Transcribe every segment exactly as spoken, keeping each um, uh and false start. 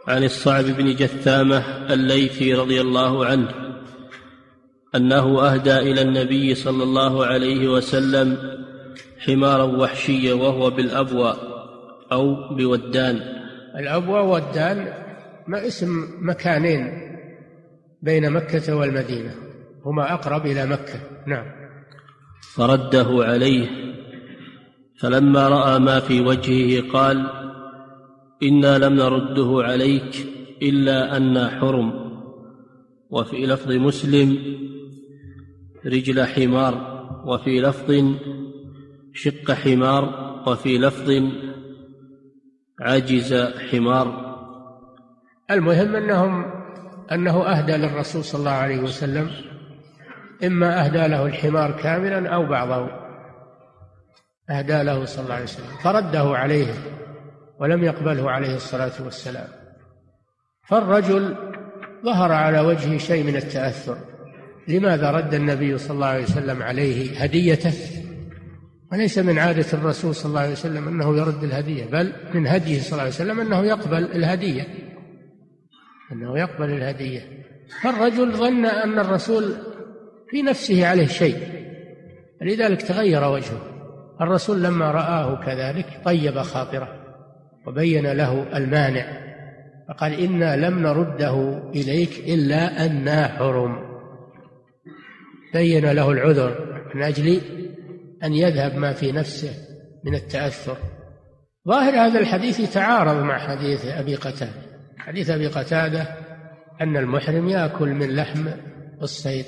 عن الصعب بن جثامة الليثي رضي الله عنه أنه أهدى إلى النبي صلى الله عليه وسلم حمارا وحشيا وهو بالأبوى أو بودان. الأبوى والدان ما اسم مكانين بين مكة والمدينة، هما أقرب إلى مكة. نعم. فرده عليه، فلما رأى ما في وجهه قال: إنا لم نرده عليك إلا أنا حرم. وفي لفظ مسلم: رجل حمار، وفي لفظ: شق حمار، وفي لفظ: عجز حمار. المهم أنهم أنه أهدى للرسول صلى الله عليه وسلم، إما أهدى له الحمار كاملا أو بعضه، أهدى له صلى الله عليه وسلم فرده عليه ولم يقبله عليه الصلاة والسلام. فالرجل ظهر على وجهه شيء من التأثر. لماذا رد النبي صلى الله عليه وسلم عليه هديته؟ وليس من عادة الرسول صلى الله عليه وسلم أنه يرد الهدية، بل من هديه صلى الله عليه وسلم أنه يقبل الهدية أنه يقبل الهدية. فالرجل ظن أن الرسول في نفسه عليه شيء، لذلك تغير وجهه. الرسول لما رآه كذلك طيب خاطره وبين له المانع، فقال: إنا لم نرده إليك إلا أنا حرم. بين له العذر من أجل أن يذهب ما في نفسه من التأثر. ظاهر هذا الحديث يتعارض مع حديث أبي قتادة. حديث أبي قتادة أن المحرم يأكل من لحم الصيد،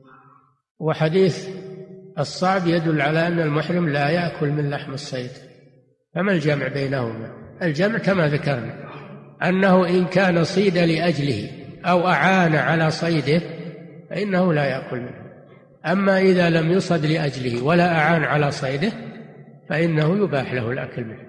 وحديث الصعب يدل على أن المحرم لا يأكل من لحم الصيد. فما الجمع بينهما؟ الجمع كما ذكرنا أنه إن كان صيد لأجله أو أعان على صيده فإنه لا يأكل منه. أما إذا لم يصد لأجله ولا أعان على صيده فإنه يباح له الأكل منه.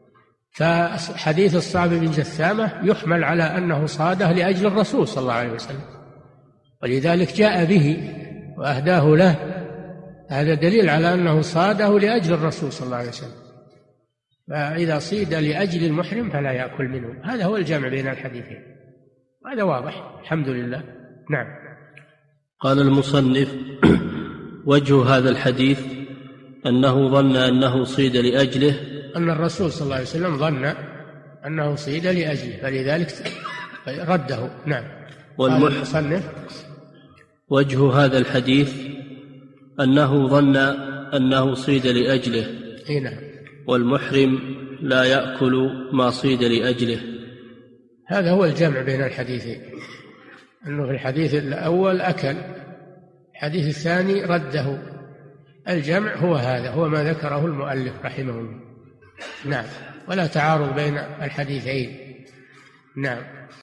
فحديث الصعب بن جثامة يحمل على أنه صاده لأجل الرسول صلى الله عليه وسلم، ولذلك جاء به وأهداه له. هذا دليل على أنه صاده لأجل الرسول صلى الله عليه وسلم. فإذا صيد لأجل المحرم فلا يأكل منه. هذا هو الجمع بين الحديثين، هذا واضح الحمد لله. نعم. قال المصنف: وجه هذا الحديث أنه ظن أنه صيد لأجله، أن الرسول صلى الله عليه وسلم ظن أنه صيد لأجله فلذلك رده. نعم. والمصنف: وجه هذا الحديث أنه ظن أنه صيد لأجله. نعم. والمحرم لا يأكل ما صيد لأجله. هذا هو الجمع بين الحديثين، أنه في الحديث الأول أكل، الحديث الثاني رده. الجمع هو هذا، هو ما ذكره المؤلف رحمه الله. نعم. ولا تعارض بين الحديثين. نعم.